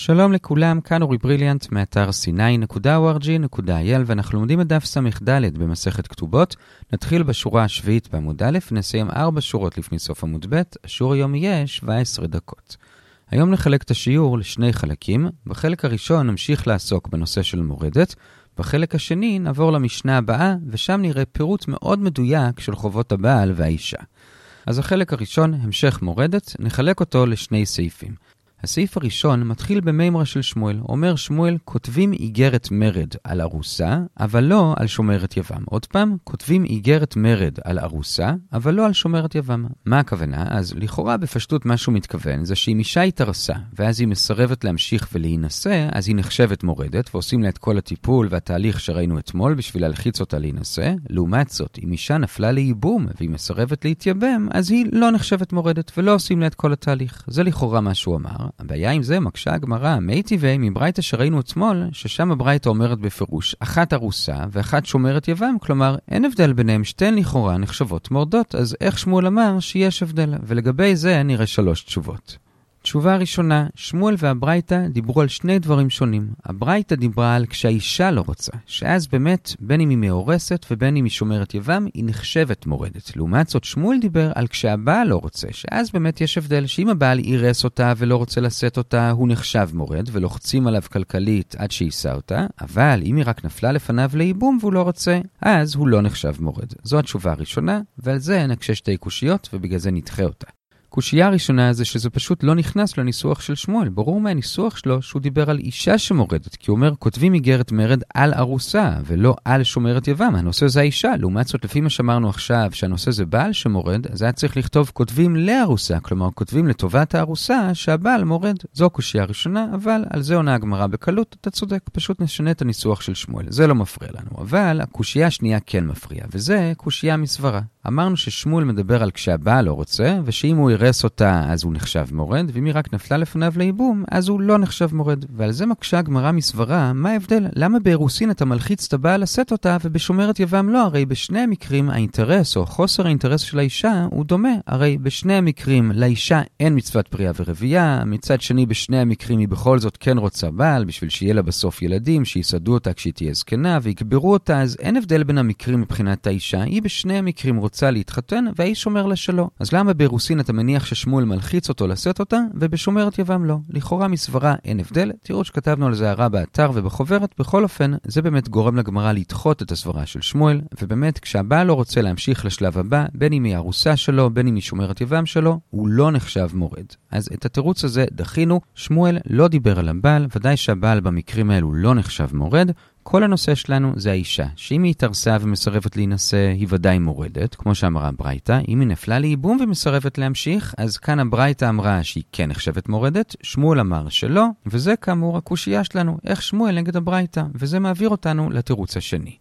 שלום לכולם, כאן אורי בריליאנט מאתר sinai.org.il ואנחנו לומדים את דף ס"ד במסכת כתובות. נתחיל בשורה השביעית בעמוד א', נסיים 4 שורות לפני סוף עמוד ב', השיעור היום יהיה 17 דקות. היום נחלק את השיעור לשני חלקים. בחלק הראשון נמשיך לעסוק בנושא של מורדת, בחלק השני נעבור למשנה הבאה ושם נראה פירוט מאוד מדויק של חובות הבעל והאישה. אז החלק הראשון, המשך מורדת, נחלק אותו לשני סעיפים. הסעיף הראשון מתחיל במימרה של שמואל. אומר שמואל, כותבים איגרת מרד על ארוסה, אבל לא על שומרת יבם. עוד פעם, כותבים איגרת מרד על ארוסה, אבל לא על שומרת יבם. מה הכוונה? אז לכאורה בפשטות משהו מתכוון, זה שאם אישה התארסה, ואז היא מסרבת להמשיך ולהינשא, אז היא נחשבת מורדת, ועושים לה את כל הטיפול והתהליך שראינו אתמול בשביל להלחיץ אותה להינשא. לעומת זאת, אם אישה נפלה לייבום והיא מסרבת להתייבם, אז היא לא נחשבת מורדת, ולא עושים לה את כל התהליך. זה לכאורה מה שהוא אמר. הבעיה עם זה מקשה הגמרא, מי טבעי מברייתא שראינו אתמול, ששם הברייתא אומרת בפירוש, אחת ארוסה ואחת שומרת יבם, כלומר אין הבדל ביניהם, שתיהן לכאורה נחשבות מורדות, אז איך שמואל אמר שיש הבדל? ולגבי זה נראה 3 תשובות. תשובה ראשונה, שמואל והברייתא דיברו על שני דברים שונים. הברייתא דיברה על כשהאישה לא רוצה, שאז באמת בין אם היא מאורסת ובין אם היא שומרת יבם, היא נחשבת מורדת. לעומת זאת שמואל דיבר על כשהבעל לא רוצה, שאז באמת יש הבדל שאם הבעל אירס אותה ולא רוצה לשאת אותה, הוא נחשב מורד ולוחצים עליו כלכלית עד שיישא אותה, אבל אם היא רק נפלה לפניו לייבום והוא לא רוצה, אז הוא לא נחשב מורד. זו התשובה הראשונה, ועל זה נקשה 2 קושיות ובגלל זה נדחה אותה. קושייה הראשונה זה שזה פשוט לא נכנס לניסוח של שמואל. ברור מהניסוח שלו שהוא דיבר על אישה שמורדת, כי הוא אומר כותבים איגרת מרד על ארוסה ולא על שומרת יבם. הנושא זה האישה. לעומת זאת, לפי מה שאמרנו עכשיו שהנושא זה בעל שמורד, אז היה צריך לכתוב כותבים לארוסה, כלומר כותבים לטובת הארוסה שהבעל מורד. זו קושייה הראשונה, אבל על זה עונה הגמרא בקלות. אתה צודק, פשוט נשנה את הניסוח של שמואל. זה לא מפריע לנו, אבל הקושייה השנייה כן מפריע, וזה קושייה מסברה. אמרנו ששמואל מדבר על כשהבעל לא רוצה, ושאם הוא ירס אותה אז הוא נחשב מורד, ואם היא רק נפלה לפניו לייבום אז הוא לא נחשב מורד. ועל זה מקשה הגמרא מסברה, מה ההבדל? למה באירוסין אתה מלחיץ את הבעל לשאת אותה ובשומרת יבם לא? הרי בשני המקרים האינטרס או חוסר האינטרס של האישה הוא דומה. הרי בשני המקרים לאישה אין מצוות פרייה ורבייה, מצד שני בשני המקרים היא בכל זאת כן רוצה בעל בשביל שיהיה לה בסוף ילדים, שיסעדו אותה כשהיא תהיה זקנה ויקברו אותה, אז אין הבדל בין המקרים מבחינת האישה. היא בשני המקרים רוצה להתחתן והאיש אומר לה שלא. אז למה באירוסין אתה מניח ששמואל מלחיץ אותו לשאת אותה ובשומרת יבם לא? לכאורה מסברה אין הבדל. תראו שכתבנו על זה הערה באתר ובחוברת. בכל אופן זה באמת גורם לגמרא לדחות את הסברה של שמואל, ובאמת כשהבעל לא רוצה להמשיך לשלב הבא, בין אם היא ארוסה שלו בין אם היא שומרת יבם שלו, הוא לא נחשב מורד. אז את התירוץ הזה דחינו. שמואל לא דיבר על הבעל, ודאי שהבעל במקרים האלו לא נחשב מורד. כל הנושא שלנו זה האישה, שאם היא התארסה ומסרבת להינשא, היא ודאי מורדת, כמו שאמרה הברייתא. אם היא נפלה לייבום ומסרבת להמשיך, אז כאן הברייתא אמרה שהיא כן נחשבת מורדת, שמואל אמר שלא, וזה כאמור הקושייה שלנו, איך שמואל נגד הברייתא, וזה מעביר אותנו לתירוץ השני.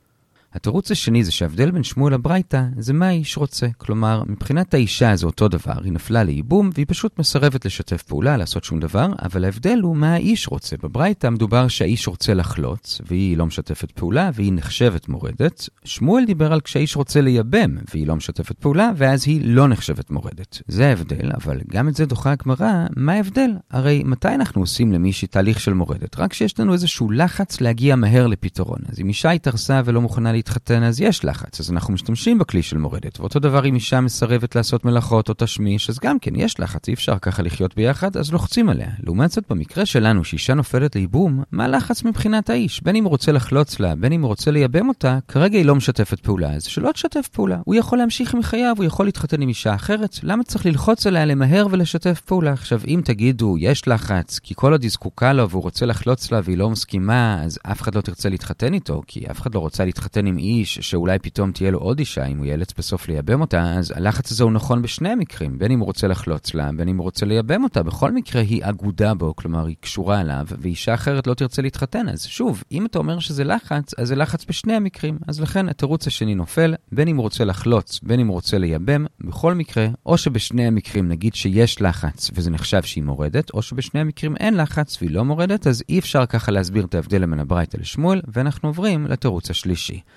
התירוץ השני זה שההבדל בין שמואל לברייתא זה מה האיש רוצה. כלומר, מבחינת האישה זה אותו דבר, היא נפלה לייבום והיא פשוט מסרבת לשתף פעולה, לעשות שום דבר, אבל ההבדל הוא מה האיש רוצה. בברייתא מדובר שהאיש רוצה לחלוץ והיא לא משתפת פעולה והיא נחשבת מורדת. שמואל דיבר על כשהאיש רוצה לייבם והיא לא משתפת פעולה ואז היא לא נחשבת מורדת. זה ההבדל, אבל גם את זה דוחה הגמרא. מה ההבדל? הרי מתי אנחנו עושים למישהי תהליך של מורדת? רק שיש לנו איזשהו לחץ להגיע מהר לפתרון. אז אם אישה התארסה ולא מוכנה להתחתן, אז יש לחץ, אז אנחנו משתמשים בכלי של מורדת. ואותו דבר אם אישה מסרבת לעשות מלאכות או תשמיש, אז גם כן יש לחץ, אי אפשר ככה לחיות ביחד, אז לוחצים עליה. לעומת זאת, במקרה שלנו, שאישה נופלת לייבום, מה לחץ מבחינת האיש? בין אם הוא רוצה לחלוץ לה, בין אם הוא רוצה לייבם אותה, כרגע היא לא משתפת פעולה, אז שלא תשתף פעולה. הוא יכול להמשיך עם חייו, הוא יכול להתחתן עם אישה אחרת. למה צריך ללחוץ עליה למהר ולשתף פעולה? עכשיו, אם תגידו, יש לחץ, כי כל עוד היא זקוקה לו והוא רוצה לחלוץ לה והיא לא מסכימה, אז אף אחד לא תרצה להתחתן איתו, כי אף אחד לא רוצה להתחתן עם איש שאולי פתאום תהיה לו עוד אישה, אם הוא ילץ בסוף לייבם אותה, אז הלחץ הזה הוא נכון בשני המקרים, בין אם הוא רוצה לחלוץ לה, בין אם הוא רוצה לייבם אותה. בכל מקרה היא אגודה בו, כלומר היא קשורה עליו, ואישה אחרת לא תרצה להתחתן. אז שוב, אם אתה אומר שזה לחץ, אז זה לחץ בשני המקרים. אז לכן התירוץ השני נופל, בין אם הוא רוצה לחלוץ, בין אם הוא רוצה לייבם. בכל מקרה, או שבשני המקרים נגיד שיש לחץ וזה נחשב שהיא מורדת, או שבשני המקרים אין לחץ והיא לא מורדת, אז אי אפשר ככה להסביר את ההבדל בין הברייתא לשמואל, ואנחנו עוברים לתירוץ השלישי.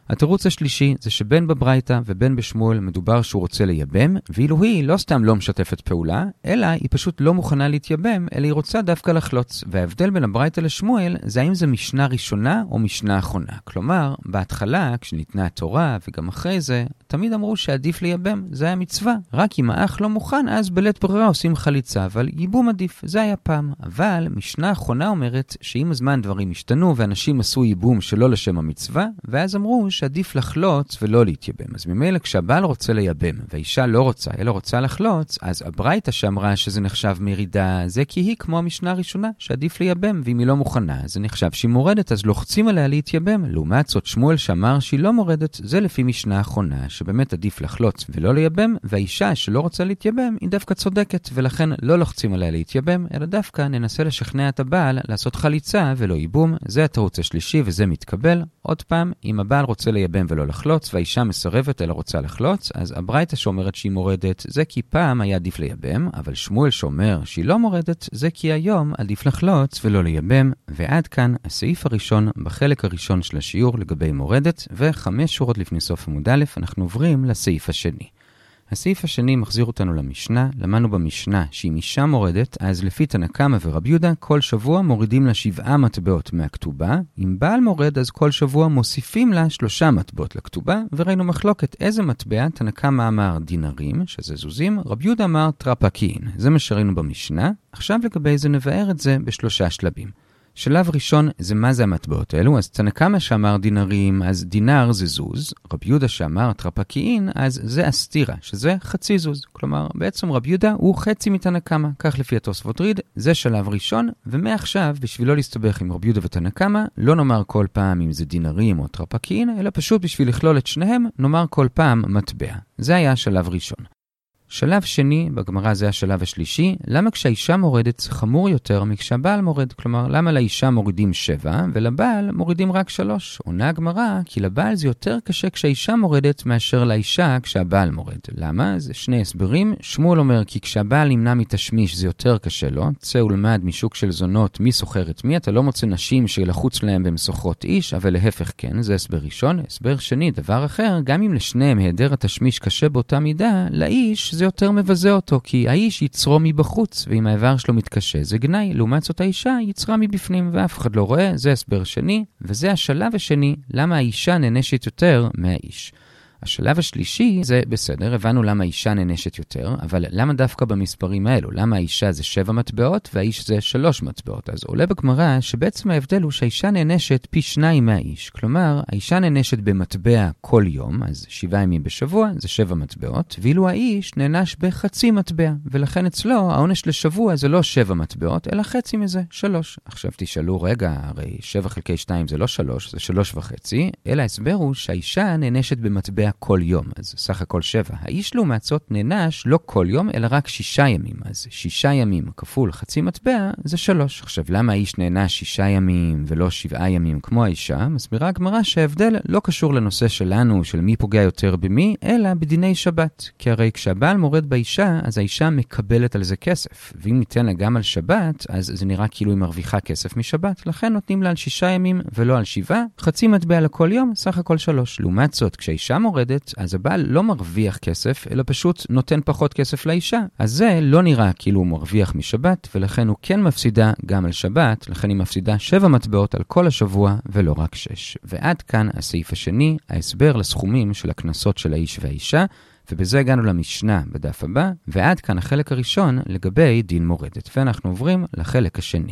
התירוץ השלישי זה שבין בברייתא ובין בשמואל מדובר שהוא רוצה לייבם, ואילו היא לא סתם לא משתפת פעולה, אלא היא פשוט לא מוכנה להתייבם, אלא היא רוצה דווקא לחלוץ. וההבדל בין הברייתא לשמואל זה האם זה משנה ראשונה או משנה אחרונה. כלומר, בהתחלה, כשניתנה התורה וגם אחרי זה, תמיד אמרו שעדיף לייבם, זה היה מצווה. רק אם האח לא מוכן, אז בלית ברירה עושים חליצה, אבל ייבום עדיף, זה היה פעם. אבל משנה האחרונה אומרת שעם הזמן דברים השתנו ואנשים עשו ייבום שלא לשם המצווה, ואז אמרו שעדיף לחלוץ ולא להתייבם. אז ממילא כשהבעל רוצה לייבם והאישה לא רוצה, אלא רוצה לחלוץ, אז הברייתא שאמרה שזה נחשב מרידה, זה כי היא כמו המשנה הראשונה שעדיף לייבם, ואם היא לא מוכנה, זה נחשב שהיא מורדת, אז לוחצים עליה להתייבם. לעומת זאת שמואל שאמר שהיא לא מורדת, זה לפי משנה האחרונה, שבאמת עדיף לחלוץ ולא לייבם, והאישה שלא רוצה להתייבם היא דווקא צודקת, ולכן לא לוחצים עליה להתייבם, אלא דווקא ננסה לשכנע את הבעל לעשות חליצה ולא ייבום. זה התירוץ השלישי וזה מתקבל. עוד פעם, אם הבעל רוצה לייבם ולא לחלוץ, והאישה מסרבת אלא רוצה לחלוץ, אז הברייתא שאומרת שהיא מורדת, זה כי פעם היה עדיף לייבם, אבל שמואל שאומר שהיא לא מורדת, זה כי היום עדיף לחלוץ ולא לייבם. ועד כאן הסעיף הראשון בחלק הראשון של השיעור לגבי מורדת, ו5 שורות לפני סוף עמוד א', אנחנו עוברים לסעיף השני. הסעיף השני מחזיר אותנו למשנה. למדנו במשנה שאם אישה מורדת, אז לפי תנא קמא ורבי יהודה, כל שבוע מורידים לה 7 מטבעות מהכתובה. אם בעל מורד, אז כל שבוע מוסיפים לה 3 מטבעות לכתובה, וראינו מחלוקת איזה מטבע. תנא קמא אמר דינרים, שזה זוזים, רבי יהודה אמר טרפקין. זה מה שראינו במשנה. עכשיו לגבי זה נבאר את זה ב3 שלבים. שלב ראשון זה מה זה המטבעות האלו. אז תנא קמא שאמר דינרים, אז דינר זה זוז. רבי יהודה שאמר טרפקין, אז זה אסתירה, שזה חצי זוז. כלומר, בעצם רבי יהודה הוא חצי מתנא קמא. כך לפי התוספות ריד, זה שלב ראשון, ומעכשיו, בשביל לא להסתבך עם רבי יהודה ותנא קמא, לא נאמר כל פעם אם זה דינרים או טרפקין, אלא פשוט בשביל לכלול את שניהם, נאמר כל פעם מטבע. זה היה שלב ראשון. שלב שני, בגמרא זה השלב השלישי, למה כשהאישה מורדת זה חמור יותר מכשהבעל מורד? כלומר, למה לאישה מורידים 7 ולבעל מורידים רק 3? עונה הגמרא, כי לבעל זה יותר קשה כשהאישה מורדת מאשר לאישה כשהבעל מורד. למה? זה שני הסברים. שמואל אומר כי כשהבעל נמנע מתשמיש זה יותר קשה לו, צא ולמד משוק של זונות מי סוחר את מי, אתה לא מוצא נשים שלחוץ להם במסוכרות איש, אבל להפך כן, זה הסבר ראשון. הסבר שני, דבר אחר, גם אם לשניהם היעדר התשמיש קשה באותה מידה, לאיש זה יותר מבזה אותו, כי האיש יצרו מבחוץ, ואם האיבר שלו מתקשה זה גנאי. לעומת זאת האישה יצרה מבפנים, ואף אחד לא רואה. זה הסבר שני, וזה השלב השני, למה האישה נענשת יותר מהאיש. השלב השלישי זה בסדר, הבנו למה האישה נענשת יותר, אבל למה דווקא במספרים האלו? למה האישה זה 7 מטבעות והאיש זה 3 מטבעות? אז עולה בגמרא שבעצם ההבדל הוא שהאישה נענשת פי 2 מהאיש. כלומר, האישה נענשת במטבע כל יום, אז 7 ימים בשבוע זה 7 מטבעות, ואילו האיש נענש בחצי מטבע, ולכן אצלו העונש לשבוע זה לא 7 מטבעות, אלא חצי מזה, 3. עכשיו תשאלו, רגע, הרי 7 חלקי 2 זה לא 3, זה 3.5, אלא ההסבר הוא שהאישה נענשת במטבע כל יום, אז סך הכל 7. האיש לעומת זאת נענש לא כל יום, אלא רק 6 ימים. אז 6 ימים כפול חצי מטבע זה 3. עכשיו, למה האיש נענש 6 ימים ולא 7 ימים כמו האישה? מסבירה הגמרא שההבדל לא קשור לנושא שלנו, של מי פוגע יותר במי, אלא בדיני שבת. כי הרי כשהבעל מורד באישה, אז האישה מקבלת על זה כסף. ואם ניתן לה גם על שבת, אז זה נראה כאילו היא מרוויחה כסף משבת. לכן נותנים לה על 6 ימים ולא על 7. חצי מטבע לכל יום, סך הכל 3. לעומת זאת, כשהאישה מורדת, אז הבעל לא מרוויח כסף, אלא פשוט נותן פחות כסף לאישה. אז זה לא נראה כאילו הוא מרוויח משבת, ולכן הוא כן מפסידה גם על שבת, לכן היא מפסידה 7 מטבעות על כל השבוע, ולא רק 6. ועד כאן הסעיף השני, ההסבר לסכומים של הקנסות של האיש והאישה, ובזה הגענו למשנה בדף הבא, ועד כאן החלק הראשון לגבי דין מורדת. ואנחנו עוברים לחלק השני.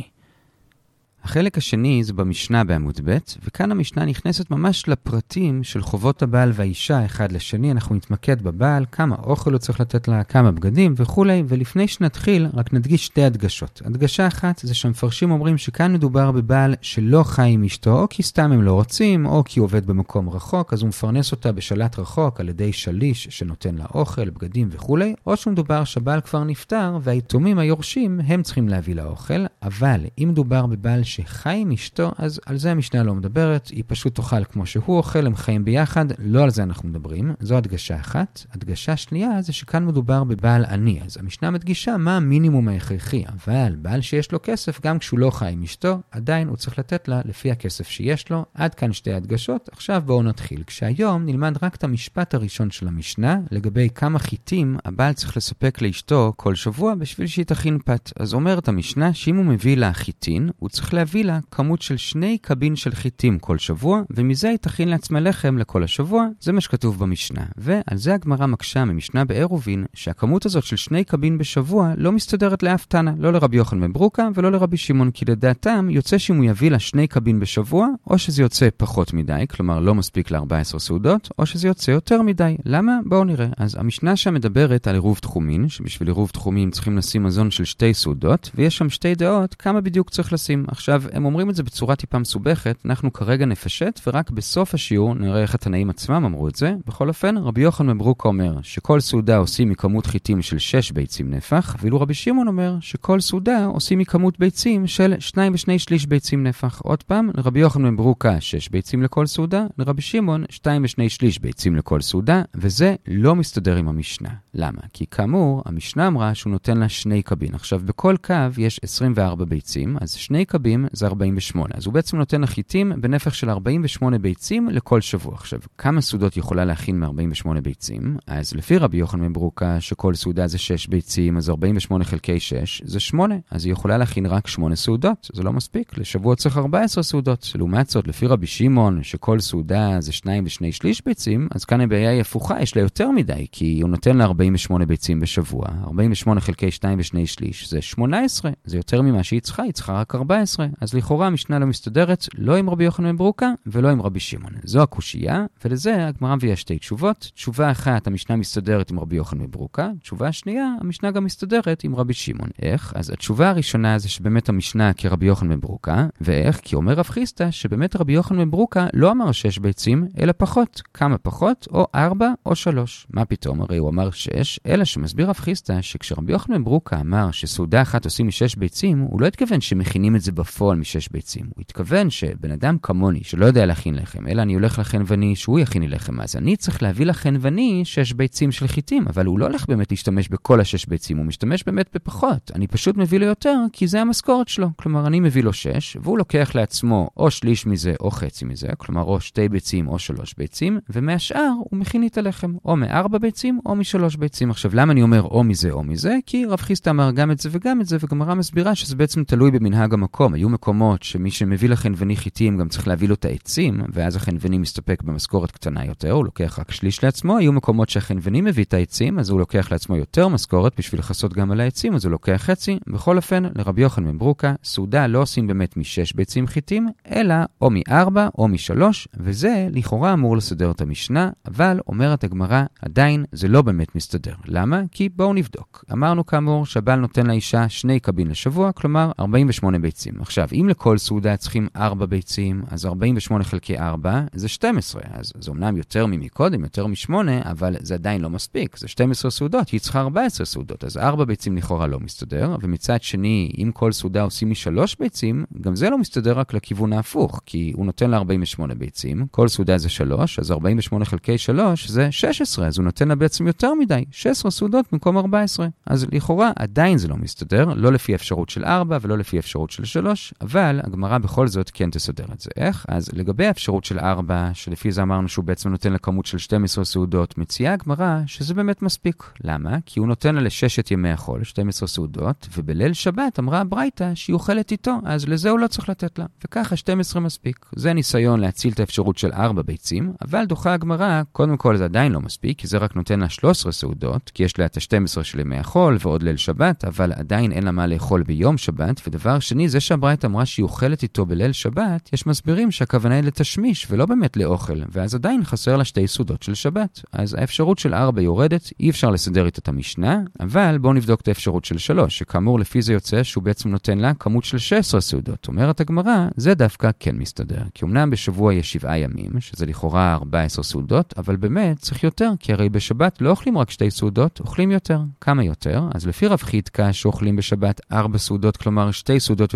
החלק השני זה במשנה בעמוד ב', וכאן המשנה נכנסת ממש לפרטים של חובות הבעל והאישה אחד לשני. אנחנו נתמקד בבעל, כמה אוכל הוא צריך לתת לה, כמה בגדים וכולי, ולפני שנתחיל רק נדגיש 2 הדגשות. הדגשה אחת זה שהמפרשים אומרים שכאן מדובר בבעל שלא חי עם אשתו, או כי סתם הם לא רוצים, או כי הוא עובד במקום רחוק, אז הוא מפרנס אותה בשלט רחוק על ידי שליש שנותן לה אוכל, בגדים וכולי, או שמדובר שבעל כבר נפטר והיתומים היורשים הם צריכים להביא לה אוכל. אבל אם מדובר בבעל שחי עם אשתו, אז על זה המשנה לא מדברת, היא פשוט תאכל כמו שהוא אוכל, הם חיים ביחד, לא על זה אנחנו מדברים, זו הדגשה אחת. הדגשה שנייה זה שכאן מדובר בבעל עני, אז המשנה מדגישה מה המינימום ההכרחי, אבל בעל שיש לו כסף, גם כשהוא לא חי עם אשתו, עדיין הוא צריך לתת לה לפי הכסף שיש לו. עד כאן שתי הדגשות, עכשיו בואו נתחיל. כשהיום נלמד רק את המשפט הראשון של המשנה, לגבי כמה חיטים הבעל צריך לספק לאשתו כל שבוע בשביל שהיא תכין פת. אז אומרת המשנה שאם הוא מביא לה חיטין, הוא צריך להביא לה כמות של 2 קבין של חיטים כל שבוע, ומזה היא תכין לעצמה לחם לכל השבוע. זה מה שכתוב במשנה. ועל זה הגמרא מקשה ממשנה בעירובין, שהכמות הזאת של 2 קבין בשבוע לא מסתדרת לאף תנא, לא לרבי יוחנן בן ברוקה ולא לרבי שמעון, כי לדעתם יוצא שאם הוא יביא לה 2 קבין בשבוע, או שזה יוצא פחות מדי, כלומר לא מספיק ל14 סעודות, או שזה יוצא יותר מדי. למה? בואו נראה. אז המשנה שם מדברת על עירוב תחומין, שבשביל עירוב תחומים צריכים לשים מזון של 2 סעודות, ויש שם 2 דעות כמה בדיוק צריך לשים. עכשיו, הם אומרים את זה בצורה טיפה מסובכת, אנחנו כרגע נפשט, ורק בסוף השיעור נראה איך התנאים עצמם אמרו את זה. בכל אופן, רבי יוחנן בן ברוקה אומר שכל סעודה עושים מכמות חיטים של 6 ביצים נפח, ואילו רבי שמעון אומר שכל סעודה עושים מכמות ביצים של 2 ו2/3 ביצים נפח. עוד פעם, לרבי יוחנן בן ברוקה 6 ביצים לכל סעודה, לרבי שמעון 2 ו2/3 ביצים לכל סעודה, וזה לא מסתדר עם המשנה. למה? כי כאמור, המשנה אמרה שהוא נותן לה 2 קבין. עכשיו, בכל קו יש 24 ביצים, אז 2 קבים זה 48. אז הוא בעצם נותן לה חיטים בנפח של 48 ביצים לכל שבוע. עכשיו, כמה סעודות יכולה להכין מ-48 ביצים? אז לפי רבי יוחנן בן ברוקה שכל סעודה זה 6 ביצים, אז 48 חלקי 6 זה 8. אז היא יכולה להכין רק 8 סעודות. זה לא מספיק. לשבוע צריך 14 סעודות. לעומת זאת, לפי רבי שמעון שכל סעודה זה 2 ו2/3 ביצים, אז כאן הבעיה היא הפוכה, יש לה יותר מדי, כי הוא נותן לה 48 ביצים בשבוע. 48 חלקי 2 ו2/3 זה 18. זה יותר ממה שהיא צריכה, היא צריכה רק 14. אז לכאורה המשנה לא מסתדרת, לא עם רבי יוחנן בן ברוקה ולא עם רבי שמעון. זו הקושיה, ולזה הגמרא מביאה 2 תשובות. תשובה אחת, המשנה מסתדרת עם רבי יוחנן בן ברוקה. תשובה שנייה, המשנה גם מסתדרת עם רבי שמעון. איך? אז התשובה הראשונה זה שבאמת המשנה כרבי יוחנן בן ברוקה, ואיך? כי אומר רב חיסדא שבאמת רבי יוחנן בן ברוקה לא אמר 6 ביצים, אלא פחות. כמה פחות? או 4 או 3. מה פתאום? הרי הוא אמר 6, אלא שמסביר רב חיסדא שכשרבי יוחנן בן ברוקה אמר שסעודה אחת עושים מ6 ביצים, הוא לא התכוון שמכינים את זה בפועל מ6 ביצים. הוא התכוון שבן אדם כמוני, שלא יודע להכין לחם, אלא אני הולך לחנווני שהוא יכין לי לחם, אז אני צריך להביא לחנווני 6 ביצים של חיטים, אבל הוא לא הולך באמת להשתמש בכל ה6 ביצים, הוא משתמש באמת בפחות. אני פשוט מביא לו יותר, כי זה המשכורת שלו. כלומר, אני מביא לו 6, והוא לוקח לעצמו או שליש מזה או חצי מזה, כלומר, או 2 ביצים או 3 ביצים, ומהשאר הוא מכין את הלחם, או מ4 ביצים או מ3 ביצים. עכשיו, למה אני אומר או מזה או מזה? כי רב חיסדא אמר גם את זה וגם את זה, וגמרא מסבירה שזה בעצם תלוי במנהג המקום. היו מקומות שמי שמביא לחנווני חיטים גם צריך להביא לו את העצים, ואז החנווני מסתפק במשכורת קטנה יותר, הוא לוקח רק שליש לעצמו. היו מקומות שהחנווני מביא את העצים, אז הוא לוקח לעצמו יותר משכורת בשביל לחסות גם על העצים, אז הוא לוקח חצי. בכל אופן, לרבי יוחנן בן ברוקה, סעודה לא עושים באמת מ6 ביצים חיטים, אלא או מ4 או מ3, וזה לכאורה אמור לסדר את המשנה, אבל אומרת הגמרא, עדיין זה לא באמת מסתדר. למה? כי בואו נבדוק. אמרנו כאמור שהבעל נותן לאישה 2 קבין לשבוע, כלומר 48 ביצים. עכשיו, אם לכל סעודה צריכים 4 ביצים, אז 48 חלקי 4 זה 12. אז זה אומנם יותר ממקודם, יותר מ8, אבל זה עדיין לא מספיק. זה 12 סעודות, היא צריכה 14 סעודות. אז 4 ביצים לכאורה לא מסתדר, ומצד שני, אם כל סעודה עושים מ3 ביצים, גם זה לא מסתדר רק לכיוון ההפוך, כי הוא נותן לה 48 ביצים, כל סעודה זה 3, אז 48 חלקי 3 זה 16, אז הוא נותן לה בעצם יותר מדי, 16 סעודות במקום 14. אז לכאורה עדיין זה לא מסתדר, לא לפי אפשרות של 4 ולא לפי אפשרות של 3, אבל הגמרא בכל זאת כן תסדר את זה. איך? אז לגבי האפשרות של 4, שלפי זה אמרנו שהוא בעצם נותן לה כמות של 12 סעודות, מציעה הגמרא שזה באמת מספיק. למה? כי הוא נותן לה לששת ימי החול, 12 סעודות, ובליל שבת אמרה הברייתא שהיא אוכלת איתו, אז לזה הוא לא צריך לתת לה. וככה 12 מספיק. זה ניסיון להציל את האפשרות של 4 ביצים, אבל דוחה הגמרא, קודם כל זה עדיין לא מספיק, כי זה רק נותן לה 13 סעודות, כי יש לה את ה-12 של ימי החול ועוד ליל שבת, אבל עדיין אין לה מה לאכול ביום שבת. ודבר שני, זה שהברייתא אמרה שהיא אוכלת איתו בליל שבת, יש מסבירים שהכוונה היא לתשמיש ולא באמת לאוכל, ואז עדיין חסר לה 2 סעודות של שבת. אז האפשרות של 4 יורדת, אי אפשר לסדר איתה את המשנה, אבל בואו נבדוק את האפשרות של 3, שכאמור לפי זה יוצא שהוא בעצם נותן לה כמות של 16 סעודות. אומרת הגמרא, זה דווקא כן מסתדר, כי אמנם בשבוע יש 7 ימים, שזה לכאורה 14 סעודות, אבל באמת צריך יותר, כי הרי בשבת לא אוכלים רק 2 סעודות, אוכלים יותר. כמה יותר? אז לפי רב חידקה שאוכלים בשבת 4 סעודות, כלומר 2 סעודות יותר מהרגיל,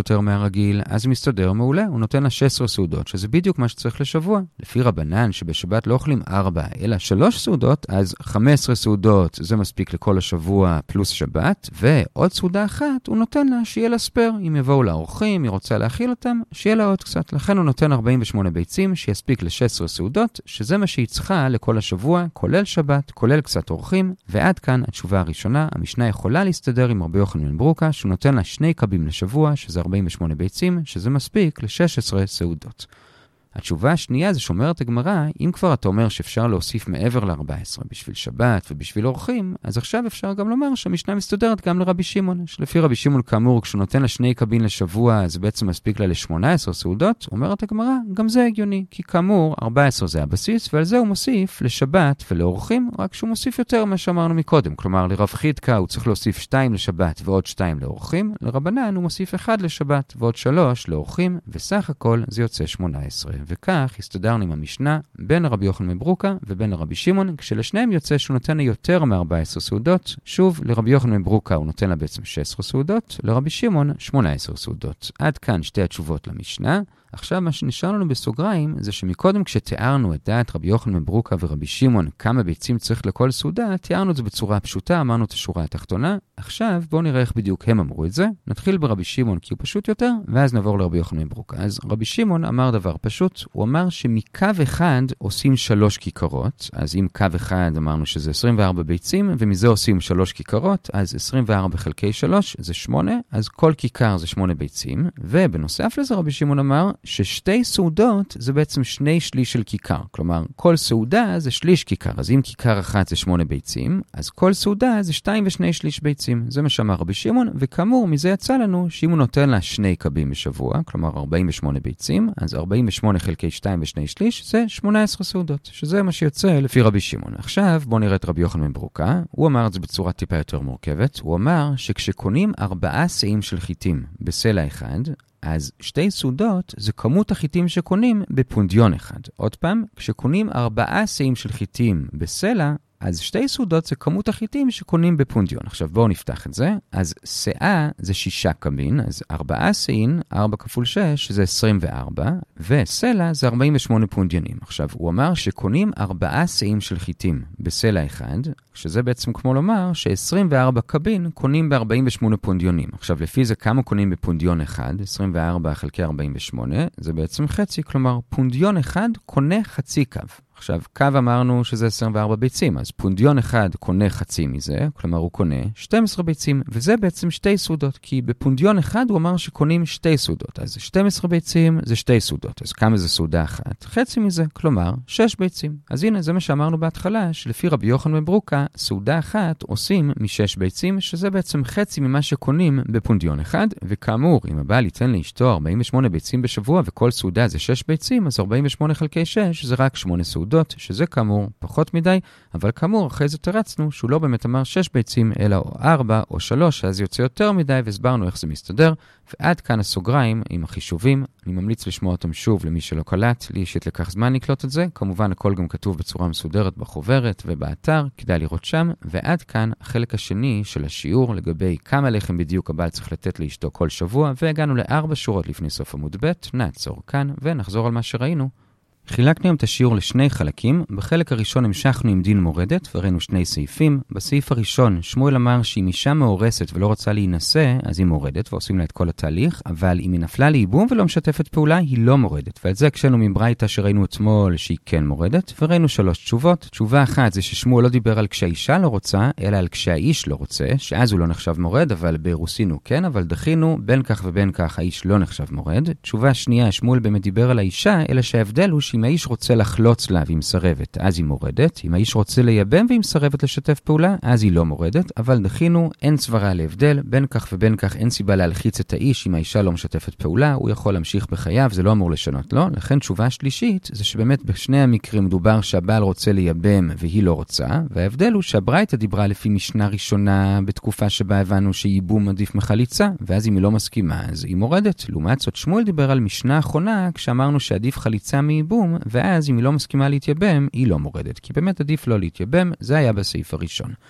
רגיל, אז הוא מסתדר מעולה, הוא נותן לה 16 סעודות, שזה בדיוק מה שצריך לשבוע. לפי רבנן שבשבת לא אוכלים 4, אלא 3 סעודות, אז 15 סעודות זה מספיק לכל השבוע פלוס שבת, ועוד סעודה אחת הוא נותן לה שיהיה לה ספר, אם יבואו לה אורחים, היא רוצה להאכיל אותם, שיהיה לה עוד קצת. לכן הוא נותן 48 ביצים שיספיק ל-16 סעודות, שזה מה שהיא צריכה לכל השבוע, כולל שבת, כולל קצת אורחים, ועד כאן התשובה הראשונה. המשנה יכולה להסתדר עם רבי יוחנן בן ברוקה, שהוא נותן לה 2 קבים לשבוע, שזה 48 ביצים, שזה מספיק ל-16 סעודות. התשובה השנייה זה שאומרת הגמרא, אם כבר אתה אומר שאפשר להוסיף מעבר ל-14 בשביל שבת ובשביל אורחים, אז עכשיו אפשר גם לומר שהמשנה מסתדרת גם לרבי שמעון, שלפי רבי שמעון כאמור, כשהוא נותן לה 2 קבין לשבוע, זה בעצם מספיק לה ל-18 סעודות, אומרת הגמרא, גם זה הגיוני, כי כאמור 14 זה הבסיס, ועל זה הוא מוסיף לשבת ולאורחים, רק שהוא מוסיף יותר מה שאמרנו מקודם, כלומר לרב חידקה הוא צריך להוסיף 2 לשבת ועוד 2 לאורחים, לרבנן הוא מוסיף 1 לשבת ועוד 3 לאורחים, וסך הכל זה יוצא 18. וכך הסתדרנו עם המשנה בין רבי יוחנן בן ברוקה ובין רבי שמעון, כשלשניהם יוצא שהוא נותן לה יותר מ-14 סעודות. שוב, לרבי יוחנן בן ברוקה הוא נותן לה בעצם 16 סעודות, לרבי שמעון 18 סעודות. עד כאן שתי התשובות למשנה. עכשיו מה שנשאר לנו בסוגריים זה שמקודם כשתיארנו את דעת רבי יוחנן בן ברוקה ורבי שמעון כמה ביצים צריך לכל סעודה, תיארנו את זה בצורה פשוטה, אמרנו את השורה התחתונה. עכשיו בואו נראה איך בדיוק הם אמרו את זה. נתחיל ברבי שמעון כי הוא פשוט יותר, ואז נעבור לרבי יוחנן בן ברוקה. אז רבי שמעון אמר דבר פשוט, הוא אמר שמקו אחד עושים 3 כיכרות, אז אם קו אחד אמרנו שזה 24 ביצים, ומזה עושים 3 כיכרות, אז 24 חלקי 3 זה 8, אז כל כיכר זה 8 ביצים, ובנוסף לזה רבי שמעון אמר ששתי סעודות זה בעצם 2/3 של כיכר. כלומר, כל סעודה זה שליש כיכר. אז אם כיכר אחת זה 8 ביצים, אז כל סעודה זה 2 ו2/3 ביצים. זה מה שאמר רבי שמעון, וכאמור, מזה יצא לנו שאם הוא נותן לה 2 קבים בשבוע, כלומר 48 ביצים, אז 48 חלקי 2 ו2/3 זה 18 סעודות, שזה מה שיוצא לפי רבי שמעון. עכשיו, בואו נראה את רבי יוחנן בן ברוקה. הוא אמר את זה בצורה טיפה יותר מורכבת. הוא אמר שכשקונים 4 שאים של חיטים בסלע אחד, אז 2 סעודות זה כמות החיטים שקונים בפונדיון אחד. עוד פעם, כשקונים 4 שאים של חיטים בסלע, אז 2 סעודות זה כמות החיטים שקונים בפונדיון. עכשיו בואו נפתח את זה. אז שאה זה 6 קבין, אז 4 שאים, 4 כפול 6 זה 24, וסלע זה 48 פונדיונים. עכשיו הוא אמר שקונים 4 שאים של חיטים בסלע אחד, שזה בעצם כמו לומר ש24 קבין קונים ב48 פונדיונים. עכשיו לפי זה כמה קונים בפונדיון אחד, 24 חלקי 48, זה בעצם חצי, כלומר פונדיון אחד קונה חצי קו. עכשיו, קו אמרנו שזה 24 ביצים, אז פונדיון אחד קונה חצי מזה, כלומר הוא קונה 12 ביצים, וזה בעצם 2 סעודות, כי בפונדיון אחד הוא אמר שקונים 2 סעודות, אז 12 ביצים זה 2 סעודות, אז כמה זה סעודה אחת? חצי מזה, כלומר 6 ביצים. אז הנה, זה מה שאמרנו בהתחלה, שלפי רבי יוחנן בן ברוקה, סעודה אחת עושים מ6 ביצים, שזה בעצם חצי ממה שקונים בפונדיון אחד, וכאמור, אם הבעל ייתן לאשתו 48 ביצים בשבוע, וכל סעודה זה 6 ביצים, אז 48 חלקי 6 זה רק 8 סעודות. שזה כאמור פחות מדי, אבל כאמור אחרי זה תרצנו שהוא לא באמת אמר 6 ביצים, אלא או 4 או 3, אז יוצא יותר מדי, והסברנו איך זה מסתדר. ועד כאן הסוגריים עם החישובים. אני ממליץ לשמוע אותם שוב למי שלא קלט, לי אישית לקח זמן לקלוט את זה. כמובן הכל גם כתוב בצורה מסודרת בחוברת ובאתר, כדאי לראות שם. ועד כאן החלק השני של השיעור לגבי כמה לחם בדיוק הבעל צריך לתת לאשתו כל שבוע, והגענו ל4 שורות לפני סוף עמוד ב'. נעצור כאן ונחזור על מה שראינו. חילקנו היום את השיעור לשני חלקים. בחלק הראשון המשכנו עם דין מורדת וראינו 2 סעיפים. בסעיף הראשון שמואל אמר שאם אישה מאורסת ולא רוצה להינשא, אז היא מורדת ועושים לה את כל התהליך, אבל אם היא נפלה לאיבום ולא משתפת פעולה, היא לא מורדת. ועל זה הקשנו מברייתא שראינו אתמול שהיא כן מורדת, וראינו 3 תשובות. תשובה אחת זה ששמואל לא דיבר על כשהאישה לא רוצה, אלא על כשהאיש לא רוצה, שאז הוא לא נחשב מורד, אבל באירוסין הוא כן, אבל דחינו בין כך ובין כך האיש לא נחשב מורד. תשובה שנייה, שמואל באמת דיבר על האישה, אלא שההבדל הוא שאם האיש רוצה לחלוץ לה והיא מסרבת, אז היא מורדת. אם האיש רוצה לייבם והיא מסרבת לשתף פעולה, אז היא לא מורדת. אבל דחינו, אין סברה להבדל. בין כך ובין כך אין סיבה להלחיץ את האיש אם האישה לא משתפת פעולה. הוא יכול להמשיך בחייו, זה לא אמור לשנות לו. לכן תשובה שלישית זה שבאמת בשני המקרים מדובר שהבעל רוצה לייבם והיא לא רוצה. וההבדל הוא שהברייתא דיברה לפי משנה ראשונה בתקופה שבה הבנו שייבום עדיף מחליצה, ואז אם היא לא מסכימה, אז היא מורדת. לעומת זאת, שמואל דיבר על משנה האחרונה כשאמרנו שעדיף חליצה מייבום, ואז אם היא לא מסכימה להתייבם, היא לא מורדת, כי באמת עדיף לא להתייבם. זה היה בסעיף הראשון.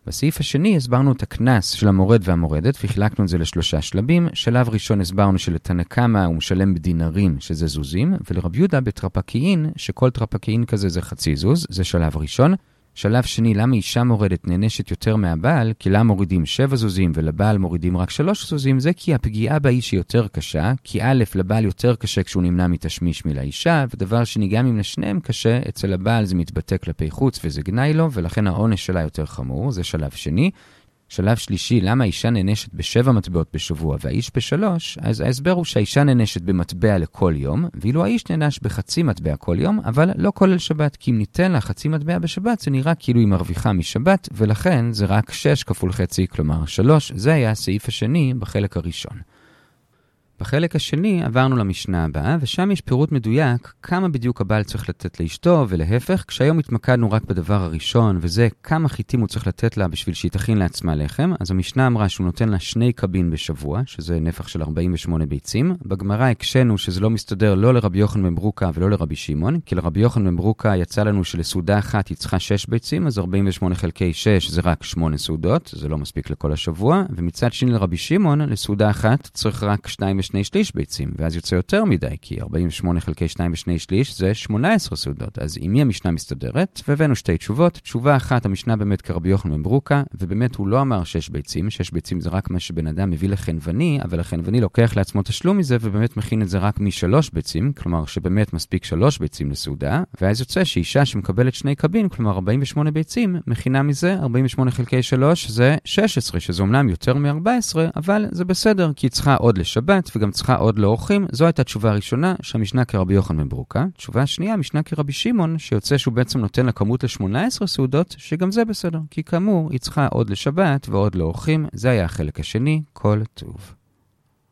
בסעיף השני הסברנו את הכנס של המורד והמורדת, וחילקנו את זה לשלושה שלבים. שלב ראשון הסברנו שלתנא קמא הוא משלם בדינרים, שזה זוזים, ולרבי יהודה בטרפקיין, שכל טרפקיין כזה זה חצי זוז, זה שלב ראשון. שלב שני, למה אישה מורדת נענשת יותר מהבעל? כי לה מורידים 7 זוזים ולבעל מורידים רק 3 זוזים, זה כי הפגיעה באיש היא יותר קשה, כי א', לבעל יותר קשה כשהוא נמנע מתשמיש מלאישה, ודבר שני, גם אם לשניהם קשה, אצל הבעל זה מתבטא כלפי חוץ וזה גנאי לו, ולכן העונש שלה יותר חמור, זה שלב שני. שלב שלישי, למה האישה נענשת ב7 מטבעות בשבוע והאיש ב3? אז ההסבר הוא שהאישה נענשת במטבע לכל יום, ואילו האיש נענש בחצי מטבע כל יום, אבל לא כולל שבת, כי אם ניתן לה חצי מטבע בשבת, זה נראה כאילו היא מרוויחה משבת, ולכן זה רק 6 כפול חצי, כלומר 3. זה היה הסעיף השני בחלק הראשון. בחלק השני עברנו למשנה הבאה, ושם יש פירוט מדויק כמה בדיוק הבעל צריך לתת לאשתו ולהפך, כשהיום התמקדנו רק בדבר הראשון, וזה כמה חיטים הוא צריך לתת לה בשביל שהיא תכין לעצמה לחם. אז המשנה אמרה שהוא נותן לה 2 קבין בשבוע, שזה נפח של 48 ביצים. בגמרא הקשנו שזה לא מסתדר לא לרבי יוחנן בן ברוקה ולא לרבי שמעון, כי לרבי יוחנן בן ברוקה יצא לנו שלסעודה אחת היא צריכה 6 ביצים, אז 48 חלקי 6 זה רק 8 סעודות, זה לא מספיק לכל השבוע. ומצד שני לרבי שמעון, לסעודה אחת צריך רק 2 ו2 שליש ביצים, ואז יוצא יותר מדי, כי 48 חלקי 2 ו2 שליש זה 18 סעודות. אז עם מי המשנה מסתדרת? והבאנו 2 תשובות. תשובה אחת, המשנה באמת כרבי יוחנן בן ברוקה, ובאמת הוא לא אמר 6 ביצים. 6 ביצים זה רק מה שבן אדם מביא לחנווני, אבל החנווני לוקח לעצמו תשלום מזה, ובאמת מכין את זה רק מ3 ביצים, כלומר שבאמת מספיק 3 ביצים לסעודה, ואז יוצא שאישה שמקבלת 2 קבין, כלומר 48 ביצים, מכינה מזה 48 חלקי 3 זה 16, שזה אומנם יותר מ14, אבל זה בסדר, כי היא צריכה עוד לשבת, וגם צריכה עוד לאורחים. זו הייתה תשובה הראשונה, שהמשנה כרבי יוחנן בן ברוקה. תשובה השנייה, המשנה כרבי שמעון, שיוצא שהוא בעצם נותן לה כמות ל18 סעודות, שגם זה בסדר, כי כאמור, היא צריכה עוד לשבת ועוד לאורחים. זה היה החלק השני. כל טוב.